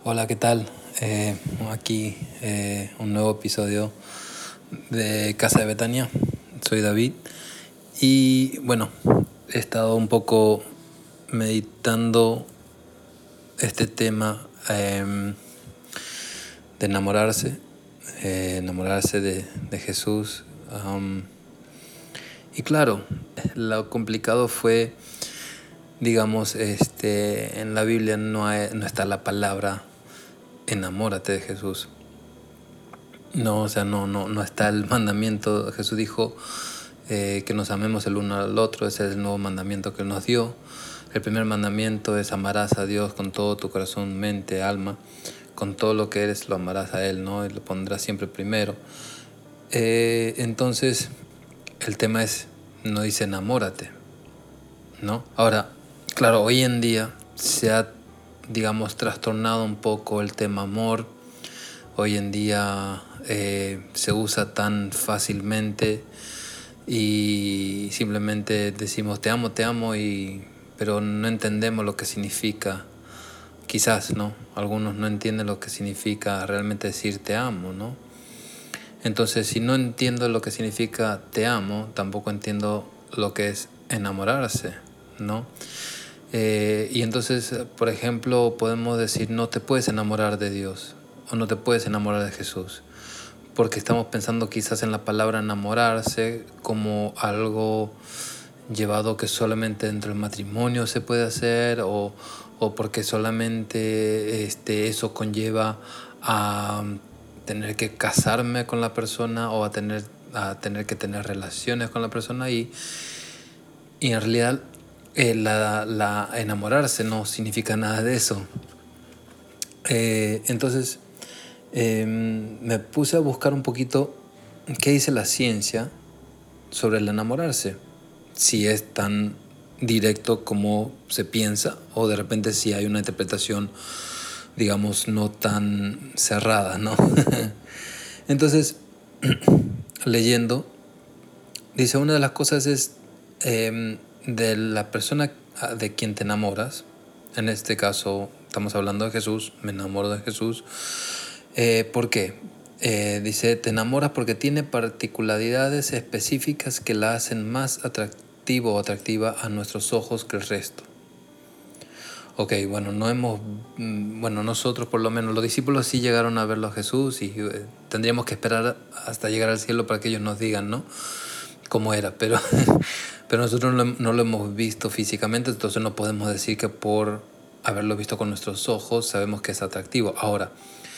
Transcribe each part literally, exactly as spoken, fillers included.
Hola, ¿qué tal? Eh, aquí eh, un nuevo episodio de Casa de Betania. Soy David y bueno, he estado un poco meditando este tema eh, de enamorarse, eh, enamorarse de, de Jesús. Um, y claro, lo complicado fue, digamos, este, en la Biblia no, hay, no está la palabra enamórate de Jesús. No, o sea, no, no, no está el mandamiento. Jesús dijo eh, que nos amemos el uno al otro. Ese es el nuevo mandamiento que nos dio. El primer mandamiento es amarás a Dios con todo tu corazón, mente, alma. Con todo lo que eres lo amarás a Él, ¿no? Y lo pondrás siempre primero. Eh, entonces, el tema es, no dice enamórate, ¿no? Ahora, claro, hoy en día se ha, digamos, trastornado un poco el tema amor. Hoy en día eh, se usa tan fácilmente y simplemente decimos te amo, te amo, y, pero no entendemos lo que significa. Quizás, ¿no? Algunos no entienden lo que significa realmente decir te amo, ¿no? Entonces, si no entiendo lo que significa te amo, tampoco entiendo lo que es enamorarse, ¿no? Eh, y entonces, por ejemplo, podemos decir no te puedes enamorar de Dios o no te puedes enamorar de Jesús, porque estamos pensando quizás en la palabra enamorarse como algo llevado que solamente dentro del matrimonio se puede hacer, o, o porque solamente este, eso conlleva a tener que casarme con la persona o a tener, a tener que tener relaciones con la persona, y, y en realidad eh, la, la enamorarse no significa nada de eso. Eh, entonces eh, me puse a buscar un poquito qué dice la ciencia sobre el enamorarse, si es tan directo como se piensa o de repente si hay una interpretación, digamos, no tan cerrada, ¿no? Entonces, leyendo, dice, una de las cosas es eh, de la persona de quien te enamoras. En este caso estamos hablando de Jesús, me enamoro de Jesús. Eh, ¿Por qué? Eh, dice, te enamoras porque tiene particularidades específicas que la hacen más atractivo o atractiva a nuestros ojos que el resto. Ok, bueno, no hemos, bueno, nosotros por lo menos, los discípulos sí llegaron a verlo a Jesús y eh, tendríamos que esperar hasta llegar al cielo para que ellos nos digan, ¿no? Cómo era, pero, pero nosotros no, no lo hemos visto físicamente, entonces no podemos decir que por haberlo visto con nuestros ojos sabemos que es atractivo. Ahora,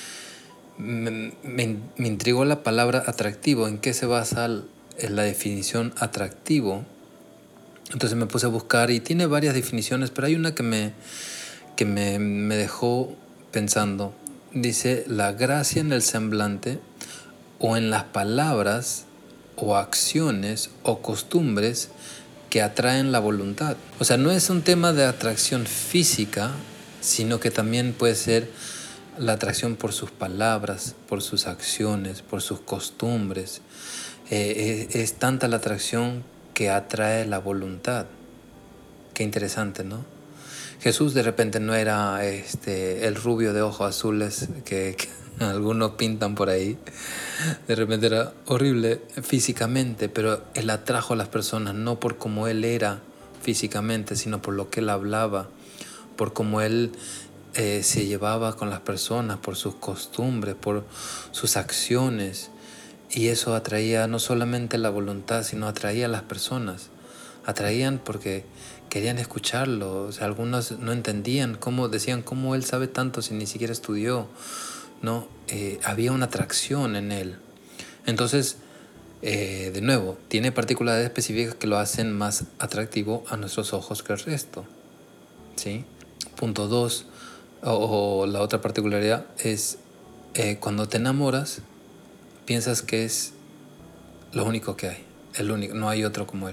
me, me, me intrigó la palabra atractivo. ¿En qué se basa en la definición atractivo? Entonces me puse a buscar y tiene varias definiciones, pero hay una que me, que me, me dejó pensando. Dice, la gracia en el semblante o en las palabras o acciones o costumbres que atraen la voluntad. O sea, no es un tema de atracción física, sino que también puede ser la atracción por sus palabras, por sus acciones, por sus costumbres. Eh, es, es tanta la atracción que atrae la voluntad. Qué interesante, ¿no? Jesús de repente no era este, el rubio de ojos azules que, que algunos pintan por ahí. De repente era horrible físicamente, pero él atrajo a las personas no por cómo él era físicamente, sino por lo que él hablaba, por cómo él eh, se llevaba con las personas, por sus costumbres, por sus acciones. Y eso atraía no solamente la voluntad, sino atraía a las personas. Atraían porque querían escucharlo. O sea, algunos no entendían cómo, decían, ¿cómo él sabe tanto si ni siquiera estudió? ¿No? Eh, había una atracción en él. Entonces, eh, de nuevo, tiene particularidades específicas que lo hacen más atractivo a nuestros ojos que el resto, ¿sí? Punto dos, o, o la otra particularidad es eh, cuando te enamoras, piensas que es lo único que hay, el único, no hay otro como él,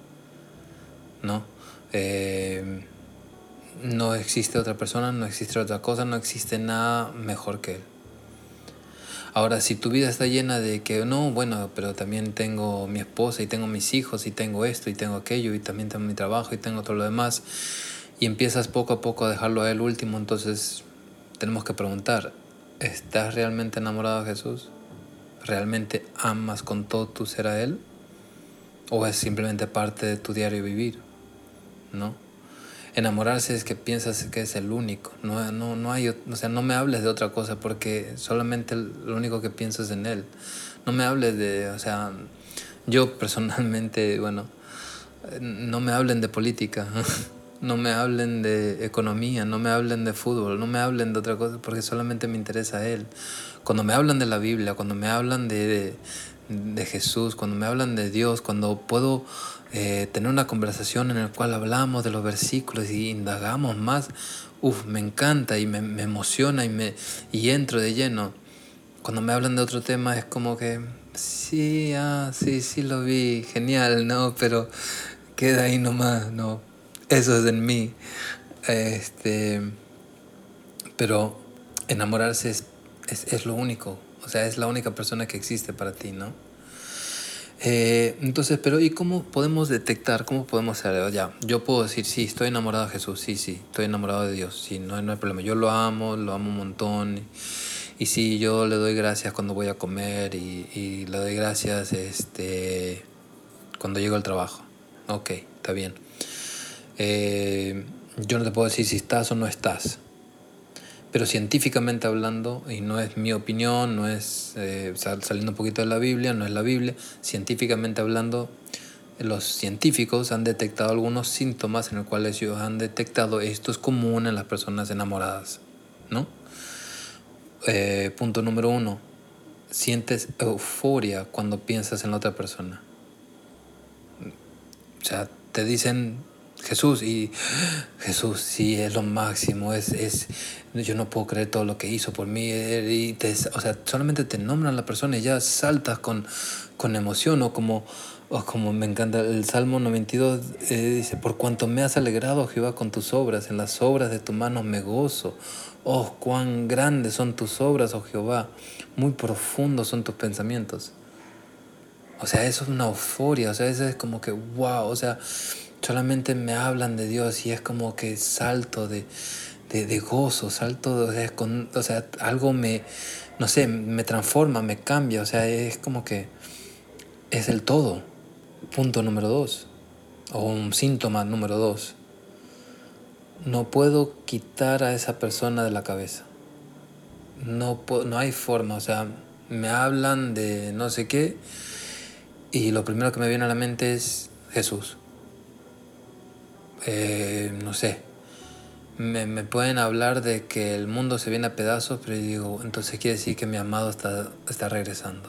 ¿no? Eh, no existe otra persona, no existe otra cosa, no existe nada mejor que él. Ahora, si tu vida está llena de que no, bueno, pero también tengo mi esposa y tengo mis hijos y tengo esto y tengo aquello y también tengo mi trabajo y tengo todo lo demás, y empiezas poco a poco a dejarlo a él último, entonces tenemos que preguntar, ¿estás realmente enamorado de Jesús? ¿Realmente amas con todo tu ser a Él? ¿O es simplemente parte de tu diario vivir? ¿No? Enamorarse es que piensas que es el único. No, no, no hay, o sea, no me hables de otra cosa porque solamente lo único que pienso es en Él. No me hables de, o sea, yo personalmente, bueno, no me hablen de política, no me hablen de economía, no me hablen de fútbol, no me hablen de otra cosa porque solamente me interesa Él. Cuando me hablan de la Biblia, cuando me hablan de, de, de Jesús, cuando me hablan de Dios, cuando puedo eh, tener una conversación en la cual hablamos de los versículos y indagamos más, uff, me encanta y me, me emociona y, me, y entro de lleno. Cuando me hablan de otro tema es como que, sí, ah, sí, sí lo vi, genial, ¿no? Pero queda ahí nomás, ¿no? Eso es en mí. Este, pero enamorarse es, es, es lo único, o sea, es la única persona que existe para ti, ¿no? Eh, entonces, pero ¿y cómo podemos detectar? ¿Cómo podemos saber? Ya, yo puedo decir, sí, estoy enamorado de Jesús, sí, sí, estoy enamorado de Dios, sí, no, no hay problema. Yo lo amo, lo amo un montón. Y, y sí, yo le doy gracias cuando voy a comer y, y le doy gracias este, cuando llego al trabajo. Ok, está bien. Eh, yo no te puedo decir si estás o no estás. Pero científicamente hablando, y no es mi opinión, no es eh, saliendo un poquito de la Biblia, no es la Biblia, científicamente hablando, los científicos han detectado algunos síntomas en los cuales ellos han detectado esto es común en las personas enamoradas, ¿no? Eh, punto número uno, sientes euforia cuando piensas en la otra persona. O sea, te dicen Jesús y Jesús sí es lo máximo, es, es yo no puedo creer todo lo que hizo por mí y te, o sea, solamente te nombran a la persona y ya saltas con, con emoción o como, o como me encanta el Salmo noventa y dos eh, dice, por cuanto me has alegrado Jehová con tus obras, en las obras de tu mano me gozo. Oh, cuán grandes son tus obras, oh Jehová, muy profundos son tus pensamientos. O sea, eso es una euforia, o sea, eso es como que wow, o sea, solamente me hablan de Dios y es como que salto de, de, de gozo, salto, de, con, o sea, algo me, no sé, me transforma, me cambia, o sea, es como que es el todo. Punto número dos, o un síntoma número dos, no puedo quitar a esa persona de la cabeza. No, no hay forma, o sea, me hablan de no sé qué y lo primero que me viene a la mente es Jesús. Eh, no sé, me, me pueden hablar de que el mundo se viene a pedazos, pero yo digo, entonces quiere decir que mi amado está, está regresando.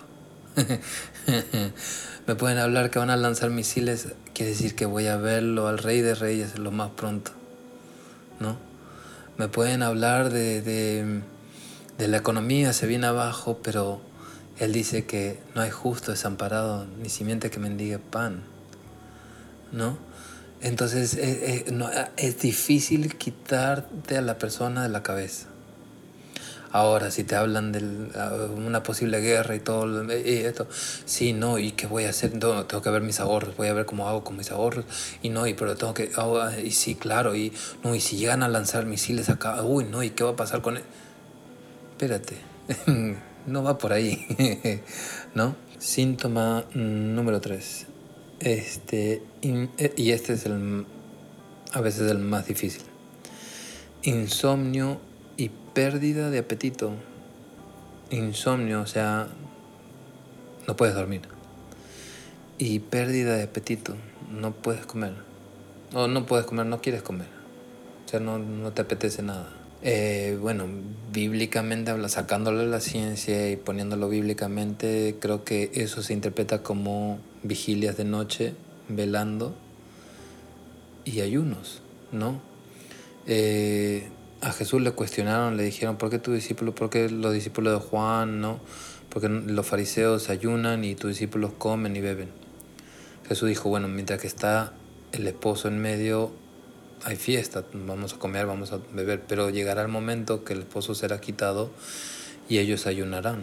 Me pueden hablar que van a lanzar misiles, quiere decir que voy a verlo al Rey de Reyes lo más pronto, ¿no? Me pueden hablar de, de, de la economía, se viene abajo, pero Él dice que no hay justo desamparado, ni simiente que mendigue pan, ¿no? Entonces es, es, no, es difícil quitarte a la persona de la cabeza. Ahora, si te hablan de una posible guerra y todo y esto, sí, no, ¿y qué voy a hacer? No, tengo que ver mis ahorros, voy a ver cómo hago con mis ahorros, y no, y pero tengo que, oh, y sí, claro, y no, y si llegan a lanzar misiles acá, uy, no, ¿y qué va a pasar con él? Espérate, no va por ahí, ¿no? Síntoma número tres. Este, y este es el, a veces el más difícil. Insomnio y pérdida de apetito. Insomnio, o sea, no puedes dormir. Y pérdida de apetito, no puedes comer. O no puedes comer, no quieres comer. O sea, no, no te apetece nada. Eh, bueno, bíblicamente, habla, sacándole la ciencia y poniéndolo bíblicamente, creo que eso se interpreta como vigilias de noche, velando y ayunos, ¿no? Eh, a Jesús le cuestionaron, le dijeron, ¿por qué tus discípulos, por qué los discípulos de Juan, no? Porque los fariseos ayunan y tus discípulos comen y beben. Jesús dijo, bueno, mientras que está el esposo en medio, hay fiesta, vamos a comer, vamos a beber, pero llegará el momento que el esposo será quitado y ellos ayunarán.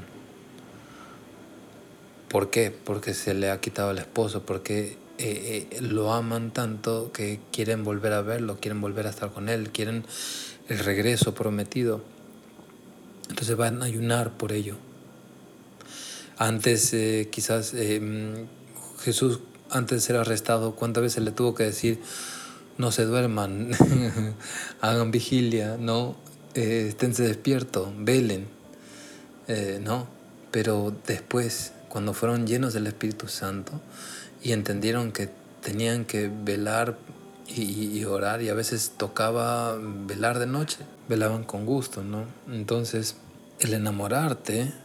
¿Por qué? Porque se le ha quitado el esposo, porque eh, eh, lo aman tanto que quieren volver a verlo, quieren volver a estar con él, quieren el regreso prometido. Entonces van a ayunar por ello. Antes eh, quizás eh, Jesús, antes de ser arrestado, ¿cuántas veces le tuvo que decir: no se duerman, hagan vigilia, no, eh, esténse despiertos, velen, eh, no? Pero después, cuando fueron llenos del Espíritu Santo y entendieron que tenían que velar y, y orar, y a veces tocaba velar de noche, velaban con gusto, ¿no? Entonces, el enamorarte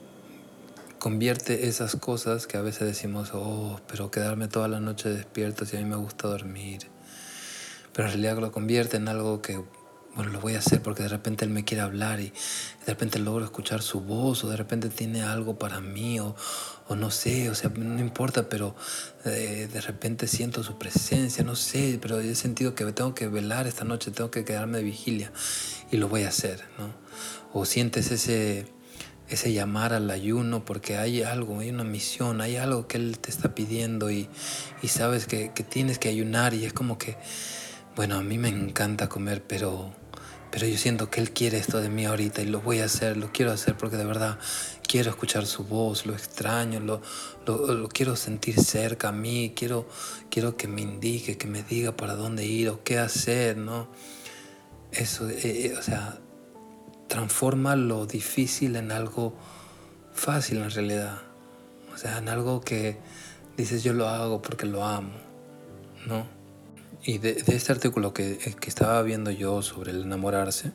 convierte esas cosas que a veces decimos: oh, pero quedarme toda la noche despierto si a mí me gusta dormir. Pero en realidad lo convierte en algo que, bueno, lo voy a hacer porque de repente él me quiere hablar y de repente logro escuchar su voz, o de repente tiene algo para mí, o, o no sé, o sea, no importa, pero eh, de repente siento su presencia, no sé, pero he sentido que tengo que velar esta noche, tengo que quedarme de vigilia y lo voy a hacer, ¿no? O sientes ese... ese llamar al ayuno porque hay algo, hay una misión, hay algo que Él te está pidiendo y, y sabes que, que tienes que ayunar, y es como que, bueno, a mí me encanta comer, pero, pero yo siento que Él quiere esto de mí ahorita y lo voy a hacer, lo quiero hacer porque de verdad quiero escuchar su voz, lo extraño, lo, lo, lo quiero sentir cerca a mí, quiero, quiero que me indique, que me diga para dónde ir o qué hacer, ¿no? Eso, eh, o sea, transforma lo difícil en algo fácil en realidad. O sea, en algo que dices: yo lo hago porque lo amo, ¿no? Y de, de este artículo que, que estaba viendo yo sobre el enamorarse,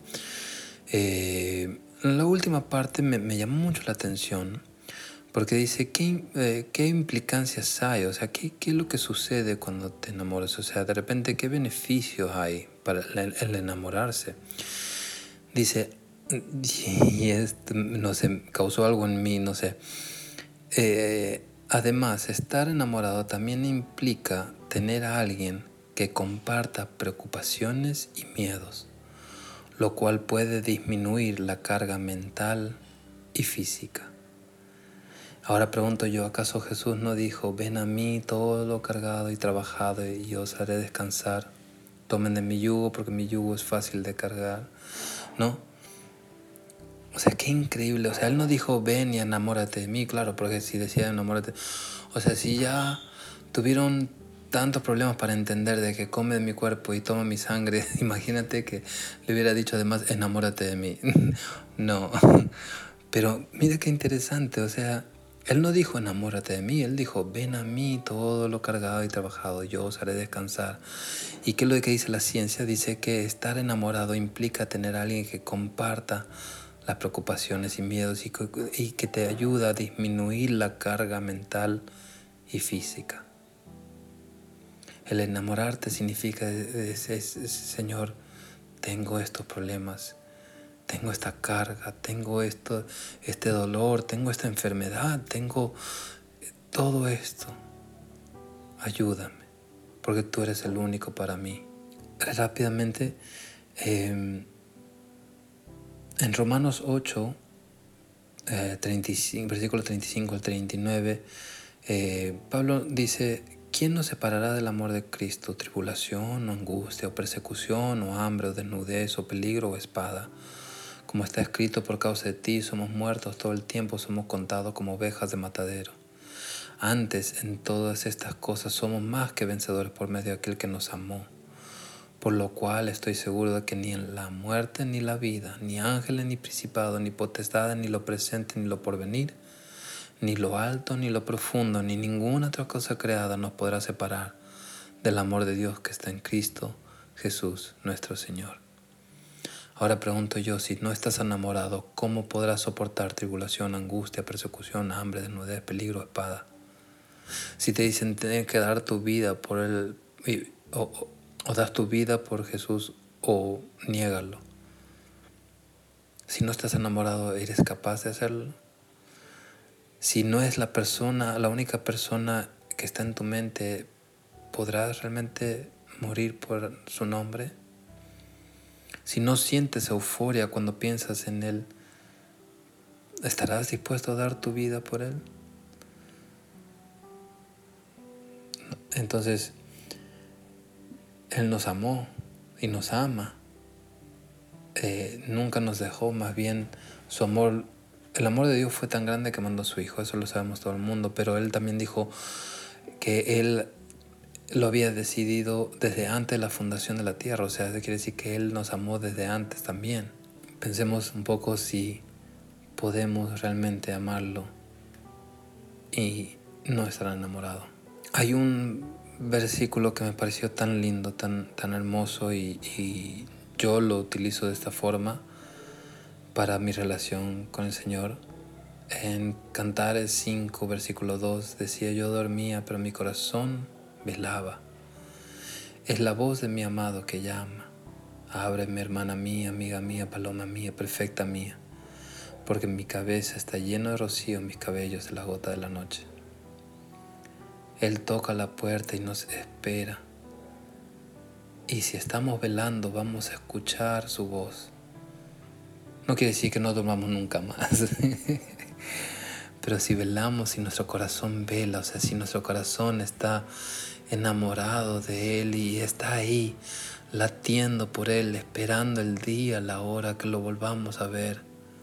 eh, en la última parte me, me llamó mucho la atención porque dice: ¿qué, eh, ¿qué implicancias hay? O sea, ¿qué, ¿qué es lo que sucede cuando te enamoras? O sea, de repente, ¿qué beneficios hay para el, el enamorarse? Dice, y esto, no sé, causó algo en mí, no sé. Eh, además, estar enamorado también implica tener a alguien que comparta preocupaciones y miedos, lo cual puede disminuir la carga mental y física. Ahora pregunto yo, ¿acaso Jesús no dijo: ven a mí todo lo cargado y trabajado y yo os haré descansar? Tomen de mi yugo porque mi yugo es fácil de cargar, ¿no? O sea, qué increíble. O sea, Él no dijo: ven y enamórate de mí, claro, porque si decía enamórate... O sea, si ya tuvieron tantos problemas para entender de que come de mi cuerpo y toma mi sangre, imagínate que le hubiera dicho además: enamórate de mí. No. Pero mira qué interesante, o sea, Él no dijo: enamórate de mí, Él dijo: ven a mí todo lo cargado y trabajado, yo os haré descansar. ¿Y qué es lo que dice la ciencia? Dice que estar enamorado implica tener a alguien que comparta las preocupaciones y miedos y que, y que te ayuda a disminuir la carga mental y física. El enamorarte significa: es, es, es, Señor, tengo estos problemas, tengo esta carga, tengo esto, este dolor, tengo esta enfermedad, tengo todo esto. Ayúdame, porque tú eres el único para mí. Rápidamente, eh, en Romanos ocho, eh, treinta y cinco, versículo treinta y cinco al treinta y nueve, eh, Pablo dice: ¿quién nos separará del amor de Cristo? ¿Tribulación o angustia o persecución o hambre o desnudez o peligro o espada? Como está escrito: por causa de ti somos muertos todo el tiempo, somos contados como ovejas de matadero. Antes, en todas estas cosas somos más que vencedores por medio de aquel que nos amó. Por lo cual estoy seguro de que ni en la muerte ni la vida, ni ángeles ni principados, ni potestades, ni lo presente ni lo porvenir, ni lo alto ni lo profundo, ni ninguna otra cosa creada nos podrá separar del amor de Dios que está en Cristo Jesús nuestro Señor. Ahora pregunto yo, si no estás enamorado, ¿cómo podrás soportar tribulación, angustia, persecución, hambre, desnudez, peligro, espada? Si te dicen tienes que dar tu vida por el... O, o, o das tu vida por Jesús o niégalo. Si no estás enamorado, ¿eres capaz de hacerlo? Si no es la persona, la única persona que está en tu mente, ¿podrás realmente morir por su nombre? Si no sientes euforia cuando piensas en Él, ¿estarás dispuesto a dar tu vida por Él? Entonces, Él nos amó y nos ama. que nunca nos dejó, más bien su amor, el amor de Dios fue tan grande que mandó a su Hijo, eso lo sabemos todo el mundo, pero Él también dijo que Él lo había decidido desde antes de la fundación de la tierra, o sea, eso quiere decir que Él nos amó desde antes también. Pensemos un poco si podemos realmente amarlo y no estar enamorado. Hay un versículo que me pareció tan lindo, tan, tan hermoso y, y yo lo utilizo de esta forma para mi relación con el Señor. En Cantares cinco, versículo dos, decía: yo dormía, pero mi corazón velaba. Es la voz de mi amado que llama. Ábreme, hermana mía, amiga mía, paloma mía, perfecta mía, porque mi cabeza está llena de rocío, mis cabellos de la gota de la noche. Él toca la puerta y nos espera. Y si estamos velando, vamos a escuchar su voz. No quiere decir que no dormamos nunca más. Pero si velamos, si nuestro corazón vela, o sea, si nuestro corazón está enamorado de Él y está ahí, latiendo por Él, esperando el día, la hora que lo volvamos a ver.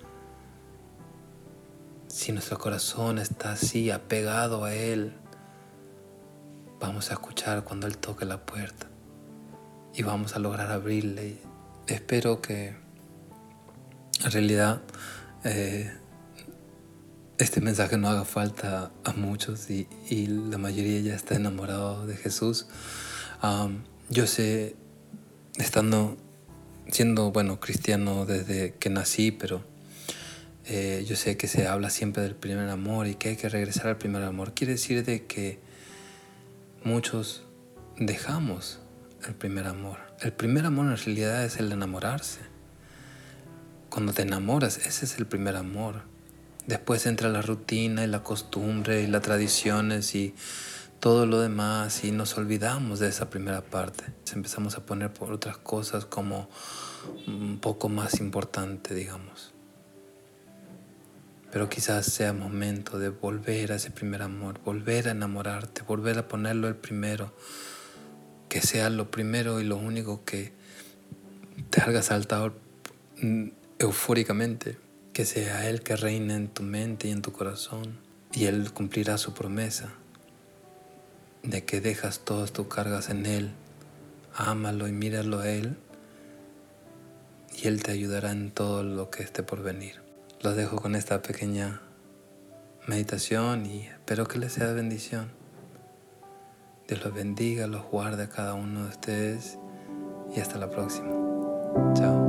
Si nuestro corazón está así, apegado a Él, vamos a escuchar cuando Él toque la puerta y vamos a lograr abrirle. Espero que en realidad eh, este mensaje no haga falta a muchos y, y la mayoría ya está enamorado de Jesús. Um, yo sé, estando, siendo, bueno, cristiano desde que nací, pero eh, yo sé que se habla siempre del primer amor y que hay que regresar al primer amor. Quiere decir de que muchos dejamos el primer amor. El primer amor en realidad es el enamorarse. Cuando te enamoras, ese es el primer amor. Después entra la rutina y la costumbre y las tradiciones y todo lo demás y nos olvidamos de esa primera parte. Empezamos a poner por otras cosas como un poco más importante, digamos. Pero quizás sea momento de volver a ese primer amor, volver a enamorarte, volver a ponerlo el primero, que sea lo primero y lo único que te haga saltar eufóricamente. Que sea Él que reine en tu mente y en tu corazón. Y Él cumplirá su promesa de que dejas todas tus cargas en Él. Ámalo y míralo a Él. Y Él te ayudará en todo lo que esté por venir. Los dejo con esta pequeña meditación y espero que les sea de bendición. Dios los bendiga, los guarde a cada uno de ustedes. Y hasta la próxima. Chao.